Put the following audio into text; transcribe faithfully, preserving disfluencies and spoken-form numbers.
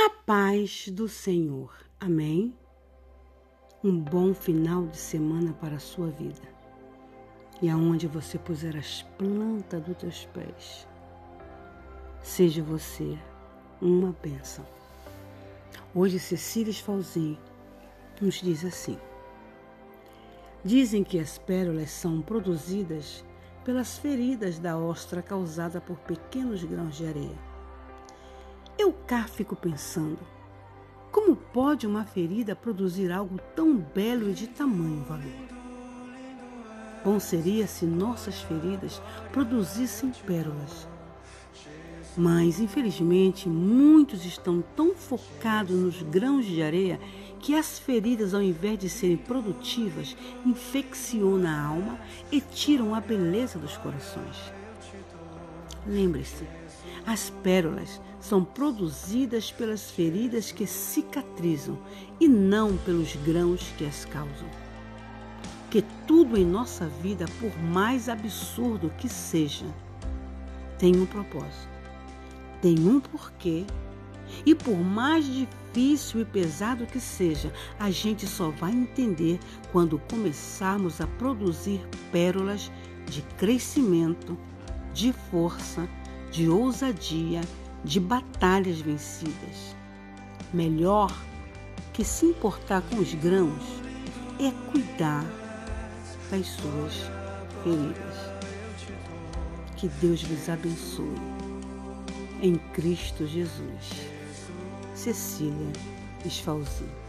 A paz do Senhor. Amém? Um bom final de semana para a sua vida. E aonde você puser as plantas dos teus pés, seja você uma bênção. Hoje Cecília Esfalzin nos diz assim: dizem que as pérolas são produzidas pelas feridas da ostra causada por pequenos grãos de areia. Eu cá fico pensando, como pode uma ferida produzir algo tão belo e de tamanho valor? Bom seria se nossas feridas produzissem pérolas. Mas, infelizmente, muitos estão tão focados nos grãos de areia que as feridas, ao invés de serem produtivas, infeccionam a alma e tiram a beleza dos corações. Lembre-se, as pérolas são produzidas pelas feridas que cicatrizam e não pelos grãos que as causam. Que tudo em nossa vida, por mais absurdo que seja, tem um propósito, tem um porquê, e por mais difícil e pesado que seja, a gente só vai entender quando começarmos a produzir pérolas de crescimento, de força, de ousadia, de batalhas vencidas. Melhor que se importar com os grãos é cuidar das suas feridas. Que Deus lhes abençoe. Em Cristo Jesus. Cecília Esfalzin.